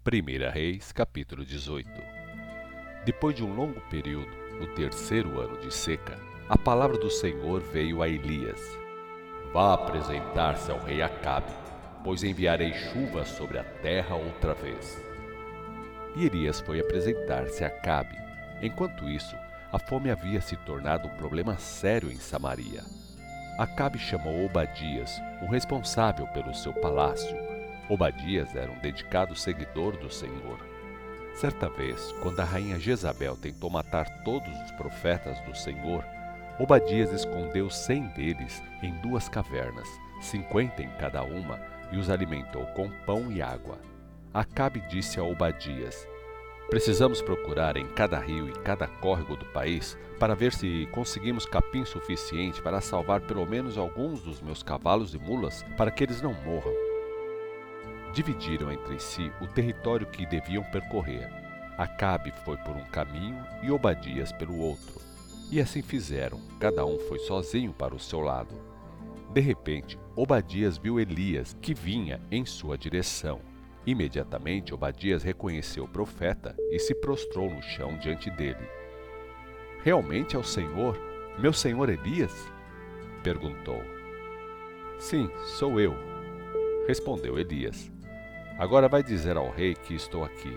1 Reis, capítulo 18. Depois de um longo período, no terceiro ano de seca, a palavra do Senhor veio a Elias. Vá apresentar-se ao rei Acabe, pois enviarei chuva sobre a terra outra vez. E Elias foi apresentar-se a Acabe. Enquanto isso, a fome havia se tornado um problema sério em Samaria. Acabe chamou Obadias, o responsável pelo seu palácio. Obadias era um dedicado seguidor do Senhor. Certa vez, quando a rainha Jezabel tentou matar todos os profetas do Senhor, Obadias escondeu 100 deles em 2 cavernas, 50 em cada uma, e os alimentou com pão e água. Acabe disse a Obadias: precisamos procurar em cada rio e cada córrego do país para ver se conseguimos capim suficiente para salvar pelo menos alguns dos meus cavalos e mulas para que eles não morram. Dividiram entre si o território que deviam percorrer. Acabe foi por um caminho e Obadias pelo outro. E assim fizeram, cada um foi sozinho para o seu lado. De repente, Obadias viu Elias, que vinha em sua direção. Imediatamente, Obadias reconheceu o profeta e se prostrou no chão diante dele. Realmente é o Senhor, meu senhor Elias? Perguntou. Sim, sou eu, respondeu Elias. Agora vai dizer ao rei que estou aqui.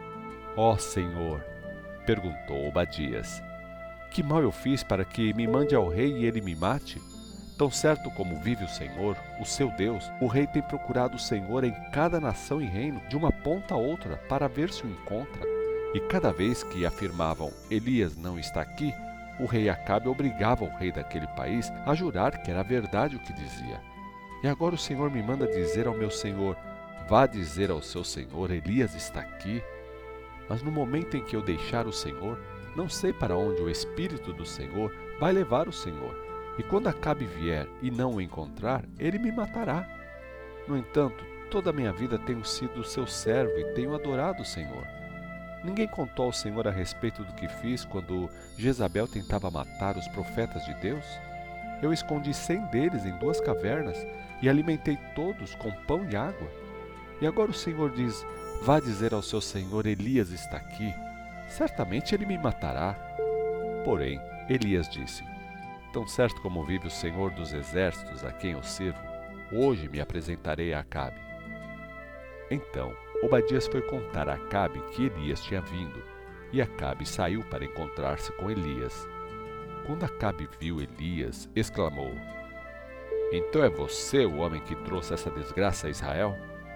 Ó Senhor, perguntou Obadias, que mal eu fiz para que me mande ao rei e ele me mate? Tão certo como vive o Senhor, o seu Deus, o rei tem procurado o Senhor em cada nação e reino, de uma ponta a outra, para ver se o encontra. E cada vez que afirmavam, Elias não está aqui, o rei Acabe obrigava o rei daquele país a jurar que era verdade o que dizia. E agora o Senhor me manda dizer ao meu senhor, vá dizer ao seu senhor, Elias está aqui. Mas no momento em que eu deixar o Senhor, não sei para onde o Espírito do Senhor vai levar o Senhor. E quando Acabe vier e não o encontrar, ele me matará. No entanto, toda a minha vida tenho sido seu servo e tenho adorado o Senhor. Ninguém contou ao Senhor a respeito do que fiz quando Jezabel tentava matar os profetas de Deus? Eu escondi 100 deles em 2 cavernas e alimentei todos com pão e água. E agora o Senhor diz, vá dizer ao seu senhor, Elias está aqui. Certamente ele me matará. Porém, Elias disse, tão certo como vive o Senhor dos exércitos a quem eu sirvo, hoje me apresentarei a Acabe. Então, Obadias foi contar a Acabe que Elias tinha vindo, e Acabe saiu para encontrar-se com Elias. Quando Acabe viu Elias, exclamou, então é você o homem que trouxe essa desgraça a Israel?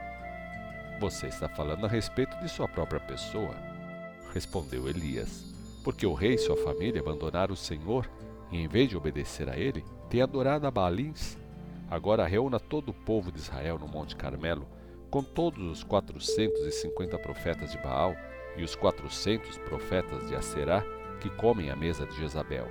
Você está falando a respeito de sua própria pessoa, respondeu Elias, porque o rei e sua família abandonaram o Senhor e, em vez de obedecer a ele, têm adorado a Baalins. Agora reúna todo o povo de Israel no Monte Carmelo, com todos os 450 profetas de Baal e os 400 profetas de Aserá que comem à mesa de Jezabel.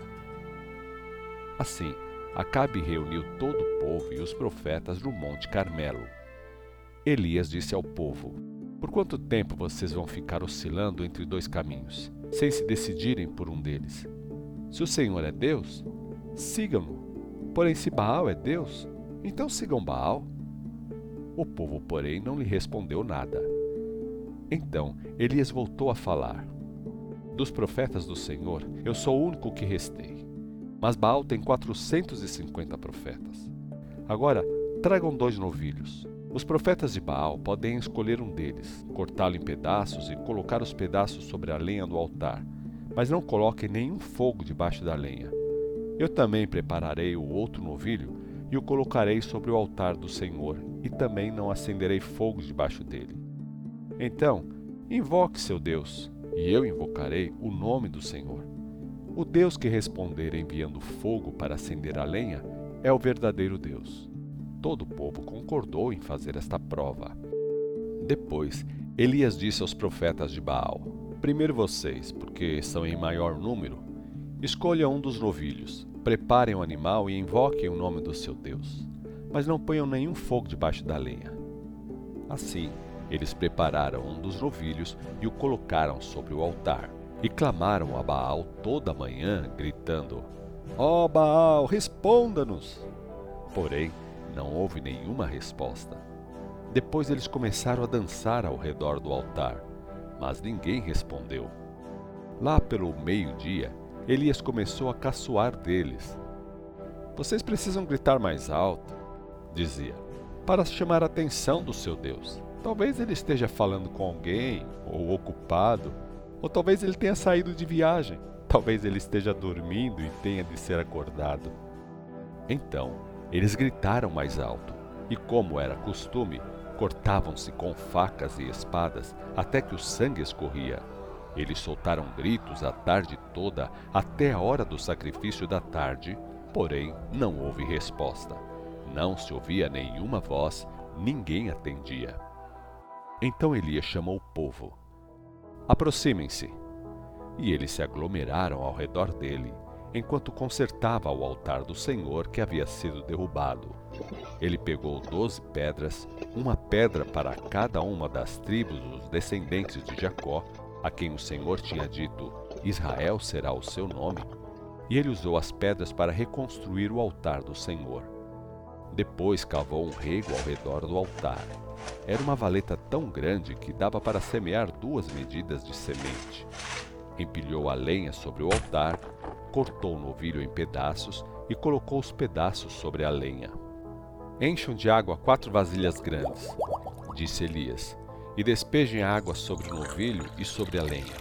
Assim, Acabe reuniu todo o povo e os profetas no Monte Carmelo. Elias disse ao povo, por quanto tempo vocês vão ficar oscilando entre 2 caminhos, sem se decidirem por um deles? Se o Senhor é Deus, sigam-no. Porém, se Baal é Deus, então sigam Baal. O povo, porém, não lhe respondeu nada. Então, Elias voltou a falar. Dos profetas do Senhor, eu sou o único que restei. Mas Baal tem 450 profetas. Agora, tragam 2 novilhos. Os profetas de Baal podem escolher um deles, cortá-lo em pedaços e colocar os pedaços sobre a lenha do altar, mas não coloquem nenhum fogo debaixo da lenha. Eu também prepararei o outro novilho e o colocarei sobre o altar do Senhor, e também não acenderei fogo debaixo dele. Então, invoque seu Deus, e eu invocarei o nome do Senhor. O Deus que responder enviando fogo para acender a lenha é o verdadeiro Deus. Todo o povo concordou em fazer esta prova. Depois, Elias disse aos profetas de Baal, primeiro vocês, porque são em maior número, escolham um dos novilhos, preparem o animal e invoquem o nome do seu Deus, mas não ponham nenhum fogo debaixo da lenha. Assim, eles prepararam um dos novilhos e o colocaram sobre o altar, e clamaram a Baal toda a manhã, gritando, ó Baal, responda-nos! Porém, não houve nenhuma resposta. Depois eles começaram a dançar ao redor do altar, mas ninguém respondeu. Lá pelo meio-dia, Elias começou a caçoar deles. Vocês precisam gritar mais alto, dizia, para chamar a atenção do seu Deus. Talvez ele esteja falando com alguém, ou ocupado, ou talvez ele tenha saído de viagem. Talvez ele esteja dormindo e tenha de ser acordado. Então, eles gritaram mais alto, e como era costume, cortavam-se com facas e espadas até que o sangue escorria. Eles soltaram gritos a tarde toda até a hora do sacrifício da tarde, porém não houve resposta. Não se ouvia nenhuma voz, ninguém atendia. Então Elias chamou o povo. Aproximem-se. E eles se aglomeraram ao redor dele, enquanto consertava o altar do Senhor que havia sido derrubado. Ele pegou 12 pedras, uma pedra para cada uma das tribos dos descendentes de Jacó, a quem o Senhor tinha dito, Israel será o seu nome, e ele usou as pedras para reconstruir o altar do Senhor. Depois cavou um rego ao redor do altar. Era uma valeta tão grande que dava para semear 2 medidas de semente. Empilhou a lenha sobre o altar, cortou o novilho em pedaços e colocou os pedaços sobre a lenha. Encham de água 4 vasilhas grandes, disse Elias, e despejem a água sobre o novilho e sobre a lenha.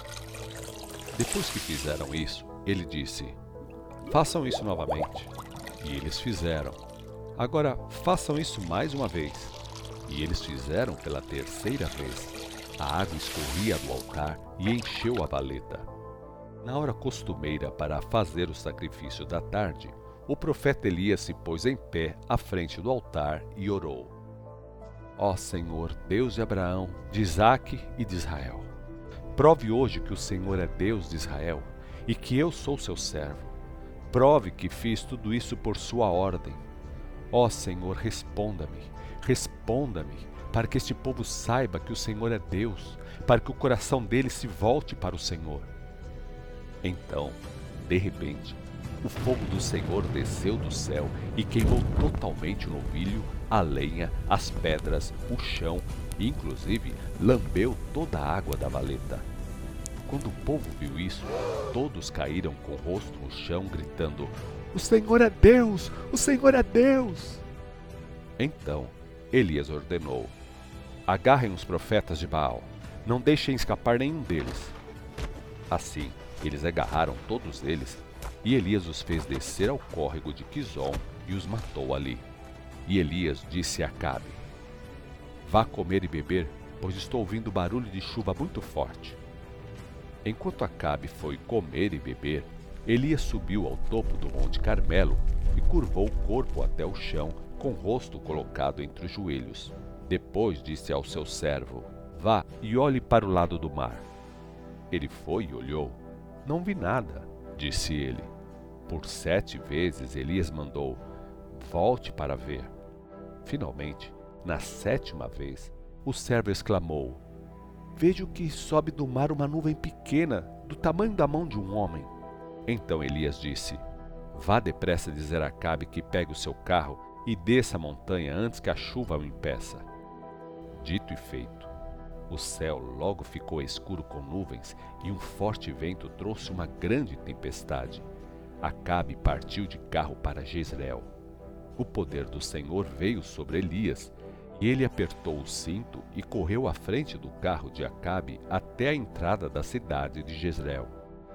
Depois que fizeram isso, ele disse, façam isso novamente. E eles fizeram. Agora façam isso mais uma vez. E eles fizeram pela 3ª vez. A água escorria do altar e encheu a valeta. Na hora costumeira para fazer o sacrifício da tarde, o profeta Elias se pôs em pé à frente do altar e orou. Ó Senhor, Deus de Abraão, de Isaque e de Israel, prove hoje que o Senhor é Deus de Israel e que eu sou seu servo. Prove que fiz tudo isso por sua ordem. Ó Senhor, responda-me, para que este povo saiba que o Senhor é Deus, para que o coração deles se volte para o Senhor. Então, de repente, o fogo do Senhor desceu do céu e queimou totalmente o novilho, a lenha, as pedras, o chão e, inclusive, lambeu toda a água da valeta. Quando o povo viu isso, todos caíram com o rosto no chão, gritando, O Senhor é Deus! O Senhor é Deus! Então, Elias ordenou, agarrem os profetas de Baal, não deixem escapar nenhum deles. Assim, eles agarraram todos eles, e Elias os fez descer ao córrego de Quizon e os matou ali. E Elias disse a Acabe, vá comer e beber, pois estou ouvindo barulho de chuva muito forte. Enquanto Acabe foi comer e beber, Elias subiu ao topo do Monte Carmelo e curvou o corpo até o chão, com o rosto colocado entre os joelhos. Depois disse ao seu servo, vá e olhe para o lado do mar. Ele foi e olhou. Não vi nada, disse ele. Por 7 vezes Elias mandou, volte para ver. Finalmente, na 7ª vez, o servo exclamou, vejo que sobe do mar uma nuvem pequena, do tamanho da mão de um homem. Então Elias disse, vá depressa dizer a Acabe que pegue o seu carro e desça a montanha antes que a chuva o impeça. Dito e feito. O céu logo ficou escuro com nuvens e um forte vento trouxe uma grande tempestade. Acabe partiu de carro para Jezreel. O poder do Senhor veio sobre Elias e ele apertou o cinto e correu à frente do carro de Acabe até a entrada da cidade de Jezreel.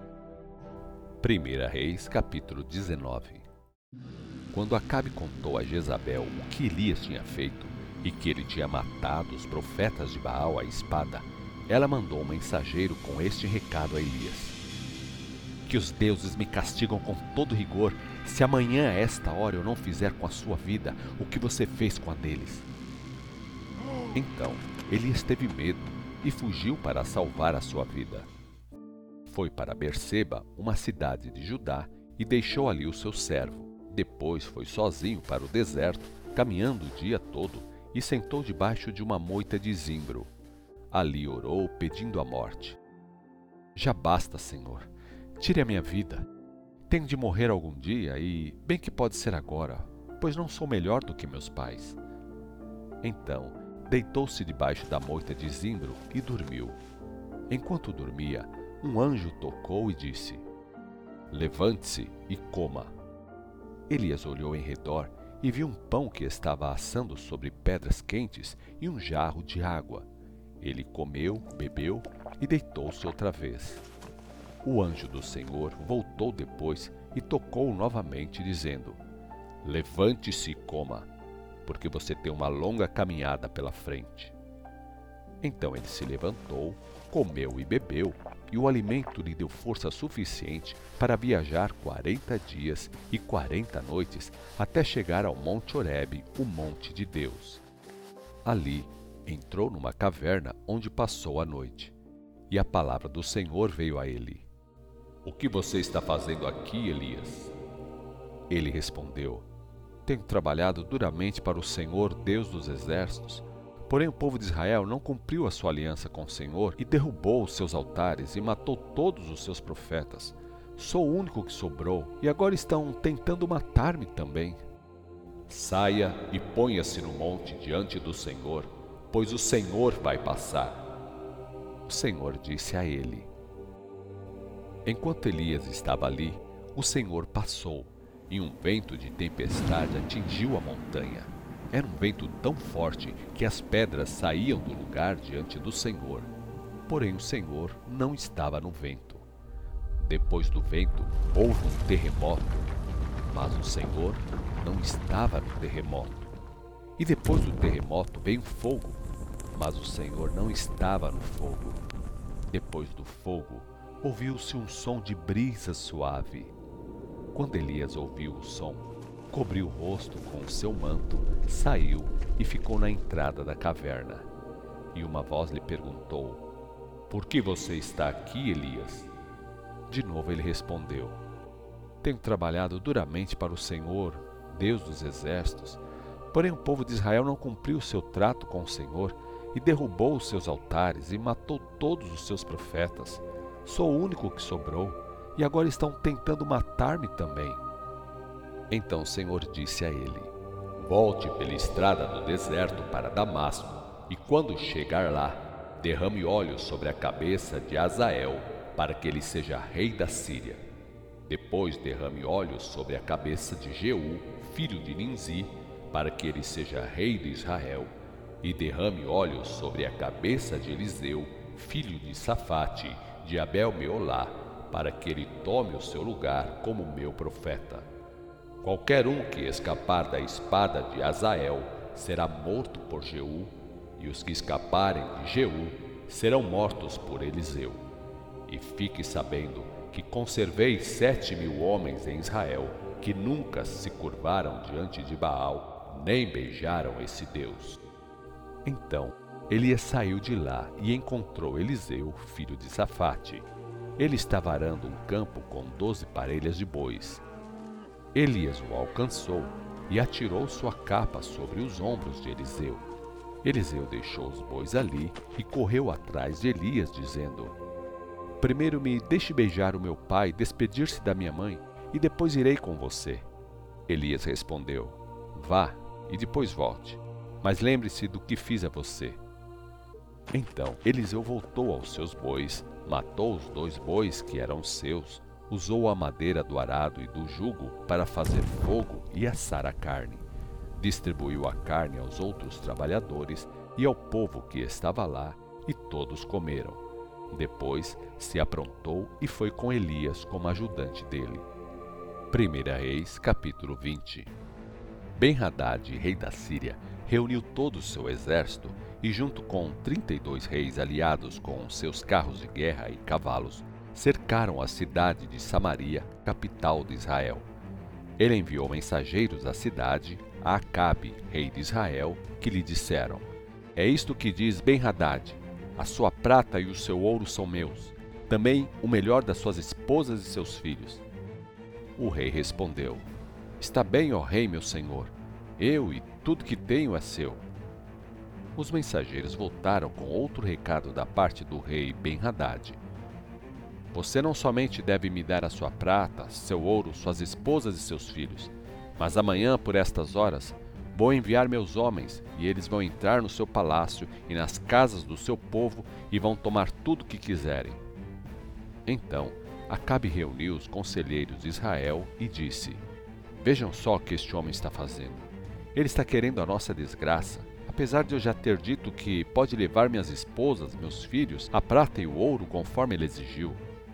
1 Reis, capítulo 19. Quando Acabe contou a Jezabel o que Elias tinha feito e que ele tinha matado os profetas de Baal à espada, ela mandou um mensageiro com este recado a Elias. Que os deuses me castigam com todo rigor, se amanhã a esta hora eu não fizer com a sua vida o que você fez com a deles. Então, Elias teve medo e fugiu para salvar a sua vida. Foi para Berseba, uma cidade de Judá, e deixou ali o seu servo. Depois foi sozinho para o deserto, caminhando o dia todo, e sentou debaixo de uma moita de zimbro. Ali orou, pedindo a morte. Já basta, Senhor. Tire a minha vida. Tenho de morrer algum dia e, bem que pode ser agora, pois não sou melhor do que meus pais. Então, deitou-se debaixo da moita de zimbro e dormiu. Enquanto dormia, um anjo tocou e disse: Levante-se e coma. Elias olhou em redor e viu um pão que estava assando sobre pedras quentes e um jarro de água. Ele comeu, bebeu e deitou-se outra vez. O anjo do Senhor voltou depois e tocou novamente, dizendo: Levante-se e coma, porque você tem uma longa caminhada pela frente. Então ele se levantou, comeu e bebeu, e o alimento lhe deu força suficiente para viajar 40 dias e 40 noites até chegar ao Monte Horebe, o monte de Deus. Ali entrou numa caverna onde passou a noite. E a palavra do Senhor veio a ele: O que você está fazendo aqui, Elias? Ele respondeu: Tenho trabalhado duramente para o Senhor, Deus dos exércitos. Porém o povo de Israel não cumpriu a sua aliança com o Senhor e derrubou os seus altares e matou todos os seus profetas. Sou o único que sobrou e agora estão tentando matar-me também. Saia e ponha-se no monte diante do Senhor, pois o Senhor vai passar. O Senhor disse a ele. Enquanto Elias estava ali, o Senhor passou, e um vento de tempestade atingiu a montanha. Era um vento tão forte que as pedras saíam do lugar diante do Senhor. Porém o Senhor não estava no vento. Depois do vento, houve um terremoto, mas o Senhor não estava no terremoto. E depois do terremoto veio fogo, mas o Senhor não estava no fogo. Depois do fogo, ouviu-se um som de brisa suave. Quando Elias ouviu o som, cobriu o rosto com o seu manto, saiu e ficou na entrada da caverna. E uma voz lhe perguntou: Por que você está aqui, Elias? De novo ele respondeu: Tenho trabalhado duramente para o Senhor, Deus dos exércitos. Porém o povo de Israel não cumpriu o seu trato com o Senhor e derrubou os seus altares e matou todos os seus profetas. Sou o único que sobrou e agora estão tentando matar-me também. Então o Senhor disse a ele: Volte pela estrada do deserto para Damasco, e quando chegar lá, derrame óleo sobre a cabeça de Azael, para que ele seja rei da Síria. Depois derrame óleo sobre a cabeça de Jeú, filho de Ninzi, para que ele seja rei de Israel. E derrame óleo sobre a cabeça de Eliseu, filho de Safate, de Abel-Meolá, para que ele tome o seu lugar como meu profeta. Qualquer um que escapar da espada de Azael será morto por Jeú, e os que escaparem de Jeú serão mortos por Eliseu. E fique sabendo que conservei 7.000 homens em Israel, que nunca se curvaram diante de Baal, nem beijaram esse Deus. Então Elias saiu de lá e encontrou Eliseu, filho de Safate. Ele estava arando um campo com 12 parelhas de bois. Elias o alcançou e atirou sua capa sobre os ombros de Eliseu. Eliseu deixou os bois ali e correu atrás de Elias, dizendo: Primeiro me deixe beijar o meu pai, despedir-se da minha mãe, e depois irei com você. Elias respondeu: Vá e depois volte, mas lembre-se do que fiz a você. Então Eliseu voltou aos seus bois, matou os 2 bois que eram seus, usou a madeira do arado e do jugo para fazer fogo e assar a carne. Distribuiu a carne aos outros trabalhadores e ao povo que estava lá, e todos comeram. Depois se aprontou e foi com Elias como ajudante dele. 1 Reis, capítulo 20. Ben-Hadad, rei da Síria, reuniu todo o seu exército e, junto com 32 reis aliados com seus carros de guerra e cavalos, cercaram a cidade de Samaria, capital de Israel. Ele enviou mensageiros à cidade, a Acabe, rei de Israel, que lhe disseram: É isto que diz Ben-Hadad: a sua prata e o seu ouro são meus, também o melhor das suas esposas e seus filhos. O rei respondeu: Está bem, ó rei, meu senhor, eu e tudo que tenho é seu. Os mensageiros voltaram com outro recado da parte do rei Ben-Hadad: Você não somente deve me dar a sua prata, seu ouro, suas esposas e seus filhos, mas amanhã, por estas horas, Vou enviar meus homens, e eles vão entrar no seu palácio e nas casas do seu povo e vão tomar tudo o que quiserem. Então Acabe reuniu os conselheiros de Israel e disse: Vejam só o que este homem está fazendo. Ele está querendo a nossa desgraça, apesar de eu já ter dito que pode levar minhas esposas, meus filhos, a prata e o ouro conforme ele exigiu.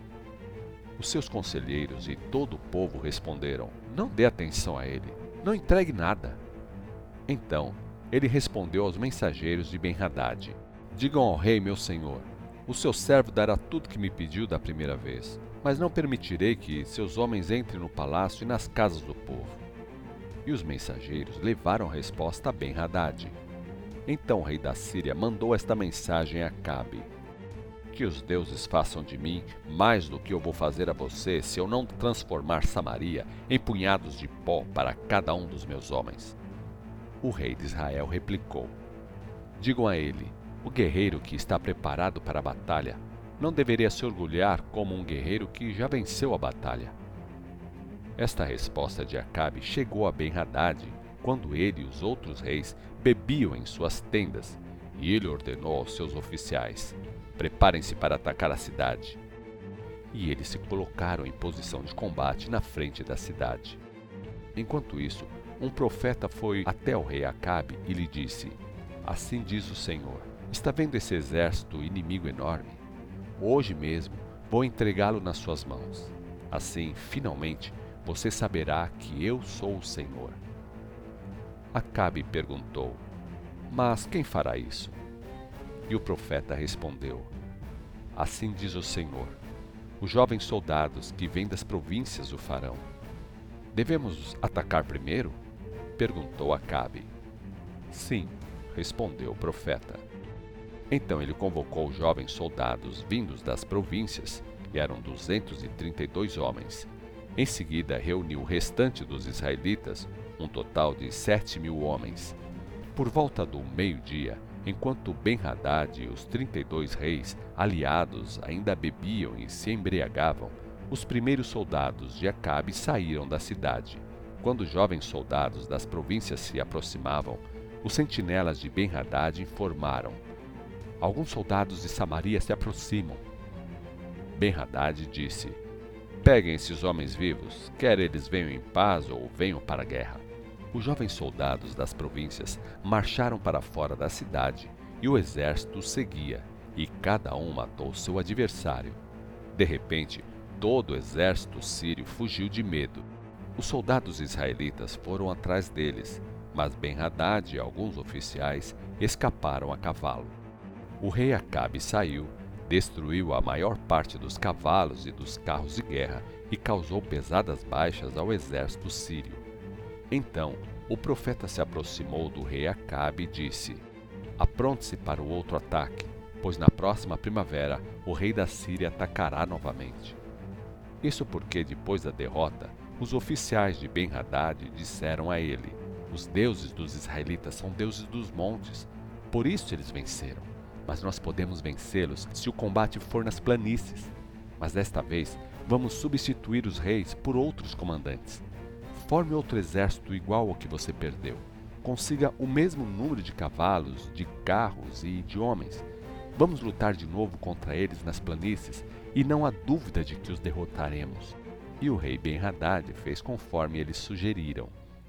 Os seus conselheiros e todo o povo responderam: Não dê atenção a ele, não entregue nada. Então ele respondeu aos mensageiros de Ben-Hadad: Digam ao rei, meu senhor, o seu servo dará tudo que me pediu da primeira vez, mas não permitirei que seus homens entrem no palácio e nas casas do povo. E os mensageiros levaram a resposta a Ben-Hadad. Então o rei da Síria mandou esta mensagem a Acabe: Que os deuses façam de mim mais do que eu vou fazer a você se eu não transformar Samaria em punhados de pó para cada um dos meus homens. O rei de Israel replicou: Digam a ele, o guerreiro que está preparado para a batalha não deveria se orgulhar como um guerreiro que já venceu a batalha. Esta resposta de Acabe chegou a Ben-Hadad quando ele e os outros reis bebiam em suas tendas, e ele ordenou aos seus oficiais: Preparem-se para atacar a cidade. E eles se colocaram em posição de combate na frente da cidade. Enquanto isso, um profeta foi até o rei Acabe e lhe disse: Assim diz o Senhor, está vendo esse exército inimigo enorme? Hoje mesmo vou entregá-lo nas suas mãos. Assim, finalmente, você saberá que eu sou o Senhor. Acabe perguntou: Mas quem fará isso? E o profeta respondeu: Assim diz o Senhor, os jovens soldados que vêm das províncias o farão. Devemos atacar primeiro? Perguntou Acabe. Sim, respondeu o profeta. Então ele convocou os jovens soldados vindos das províncias, e eram 232 homens. Em seguida reuniu o restante dos israelitas, um total de 7.000 homens. Por volta do meio-dia, enquanto Ben-Hadad e os 32 reis aliados ainda bebiam e se embriagavam, os primeiros soldados de Acabe saíram da cidade. Quando os jovens soldados das províncias se aproximavam, os sentinelas de Ben-Hadad informaram: Alguns soldados de Samaria se aproximam. Ben-Hadad disse: Peguem esses homens vivos, quer eles venham em paz ou venham para a guerra. Os jovens soldados das províncias marcharam para fora da cidade e o exército os seguia, e cada um matou seu adversário. De repente, todo o exército sírio fugiu de medo. Os soldados israelitas foram atrás deles, mas Ben-Hadad e alguns oficiais escaparam a cavalo. O rei Acabe saiu, destruiu a maior parte dos cavalos e dos carros de guerra e causou pesadas baixas ao exército sírio. Então o profeta se aproximou do rei Acabe e disse: Apronte-se para o outro ataque, pois na próxima primavera o rei da Síria atacará novamente. Isso porque, depois da derrota, os oficiais de Ben-Hadad disseram a ele: Os deuses dos israelitas são deuses dos montes, por isso eles venceram. Mas nós podemos vencê-los se o combate for nas planícies. Mas desta vez, vamos substituir os reis por outros comandantes. Forme outro exército igual ao que você perdeu. Consiga o mesmo número de cavalos, de carros e de homens. Vamos lutar de novo contra eles nas planícies, e não há dúvida de que os derrotaremos. E o rei Ben-Hadad fez conforme eles sugeriram.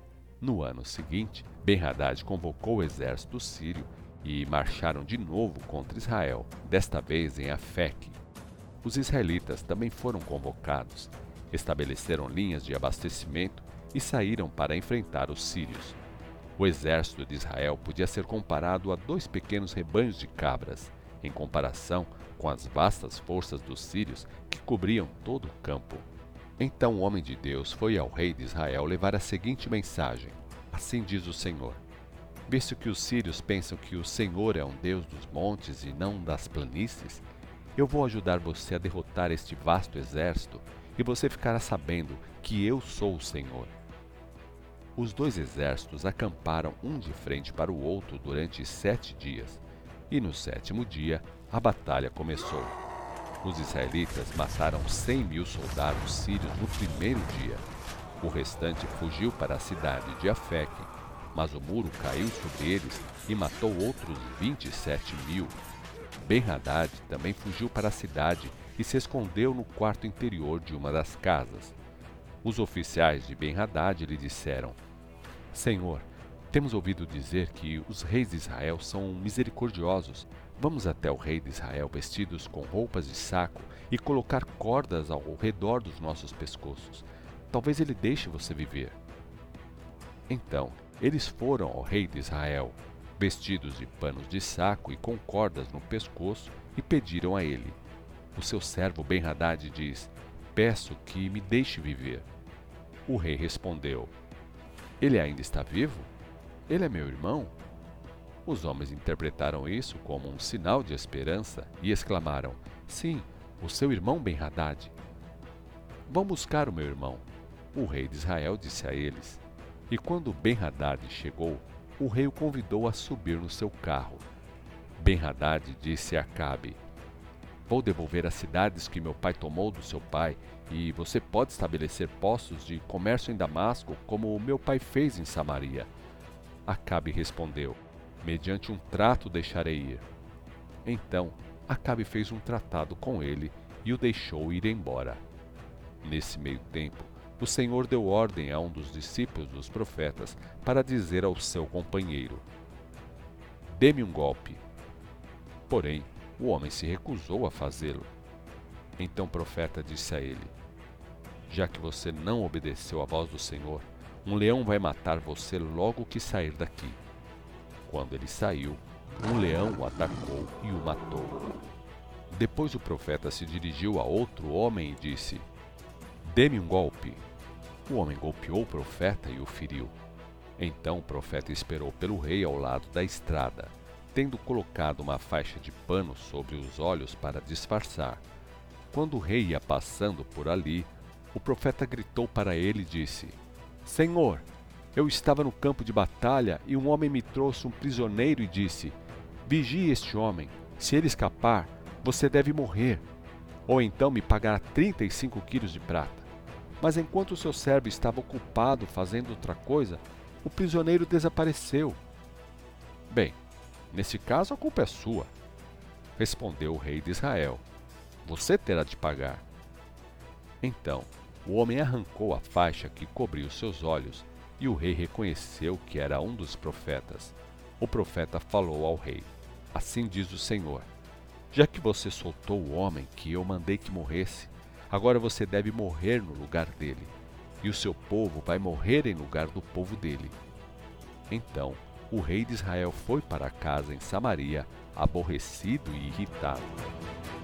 No ano seguinte, Ben-Hadad convocou o exército sírio e marcharam de novo contra Israel, desta vez em Afeque. Os israelitas também foram convocados, estabeleceram linhas de abastecimento e saíram para enfrentar os sírios. O exército de Israel podia ser comparado a 2 pequenos rebanhos de cabras, em comparação com as vastas forças dos sírios que cobriam todo o campo. Então o homem de Deus foi ao rei de Israel levar a seguinte mensagem: Assim diz o Senhor, visto que os sírios pensam que o Senhor é um Deus dos montes e não das planícies, eu vou ajudar você a derrotar este vasto exército e você ficará sabendo que eu sou o Senhor. Os 2 exércitos acamparam um de frente para o outro durante 7 dias, e no 7º dia a batalha começou. Os israelitas mataram 100.000 soldados sírios no primeiro dia. O restante fugiu para a cidade de Afeque. Mas o muro caiu sobre eles e matou outros 27.000. Ben-Hadad também fugiu para a cidade e se escondeu no quarto interior de uma das casas. Os oficiais de Ben-Hadad lhe disseram: Senhor, temos ouvido dizer que os reis de Israel são misericordiosos. Vamos até o rei de Israel vestidos com roupas de saco e colocar cordas ao redor dos nossos pescoços. Talvez ele deixe você viver. Então, eles foram ao rei de Israel, vestidos de panos de saco e com cordas no pescoço, e pediram a ele. O seu servo Ben-Hadad diz: Peço que me deixe viver. O rei respondeu: Ele ainda está vivo? Ele é meu irmão? Os homens interpretaram isso como um sinal de esperança e exclamaram: Sim, o seu irmão Ben-Hadad. Vão buscar o meu irmão. O rei de Israel disse a eles. E quando Ben-Hadad chegou, o rei o convidou a subir no seu carro. Ben-Hadad disse a Acabe: Vou devolver as cidades que meu pai tomou do seu pai, e você pode estabelecer postos de comércio em Damasco, como o meu pai fez em Samaria. Acabe respondeu: Mediante um trato deixarei ir. Então, Acabe fez um tratado com ele e o deixou ir embora. Nesse meio tempo, o Senhor deu ordem a um dos discípulos dos profetas para dizer ao seu companheiro: Dê-me um golpe. Porém, o homem se recusou a fazê-lo. Então o profeta disse a ele: Já que você não obedeceu à voz do Senhor, um leão vai matar você logo que sair daqui. Quando ele saiu, um leão o atacou e o matou. Depois o profeta se dirigiu a outro homem e disse: Dê-me um golpe. O homem golpeou o profeta e o feriu. Então o profeta esperou pelo rei ao lado da estrada, tendo colocado uma faixa de pano sobre os olhos para disfarçar. Quando o rei ia passando por ali, o profeta gritou para ele e disse: Senhor, eu estava no campo de batalha e um homem me trouxe um prisioneiro e disse: Vigie este homem, se ele escapar, você deve morrer, ou então me pagará 35 quilos de prata. Mas enquanto o seu servo estava ocupado fazendo outra coisa, o prisioneiro desapareceu. Bem, nesse caso a culpa é sua, respondeu o rei de Israel. Você terá de pagar. Então, o homem arrancou a faixa que cobria os seus olhos, e o rei reconheceu que era um dos profetas. O profeta falou ao rei: Assim diz o Senhor: Já que você soltou o homem que eu mandei que morresse, agora você deve morrer no lugar dele, e o seu povo vai morrer em lugar do povo dele. Então, o rei de Israel foi para casa em Samaria, aborrecido e irritado.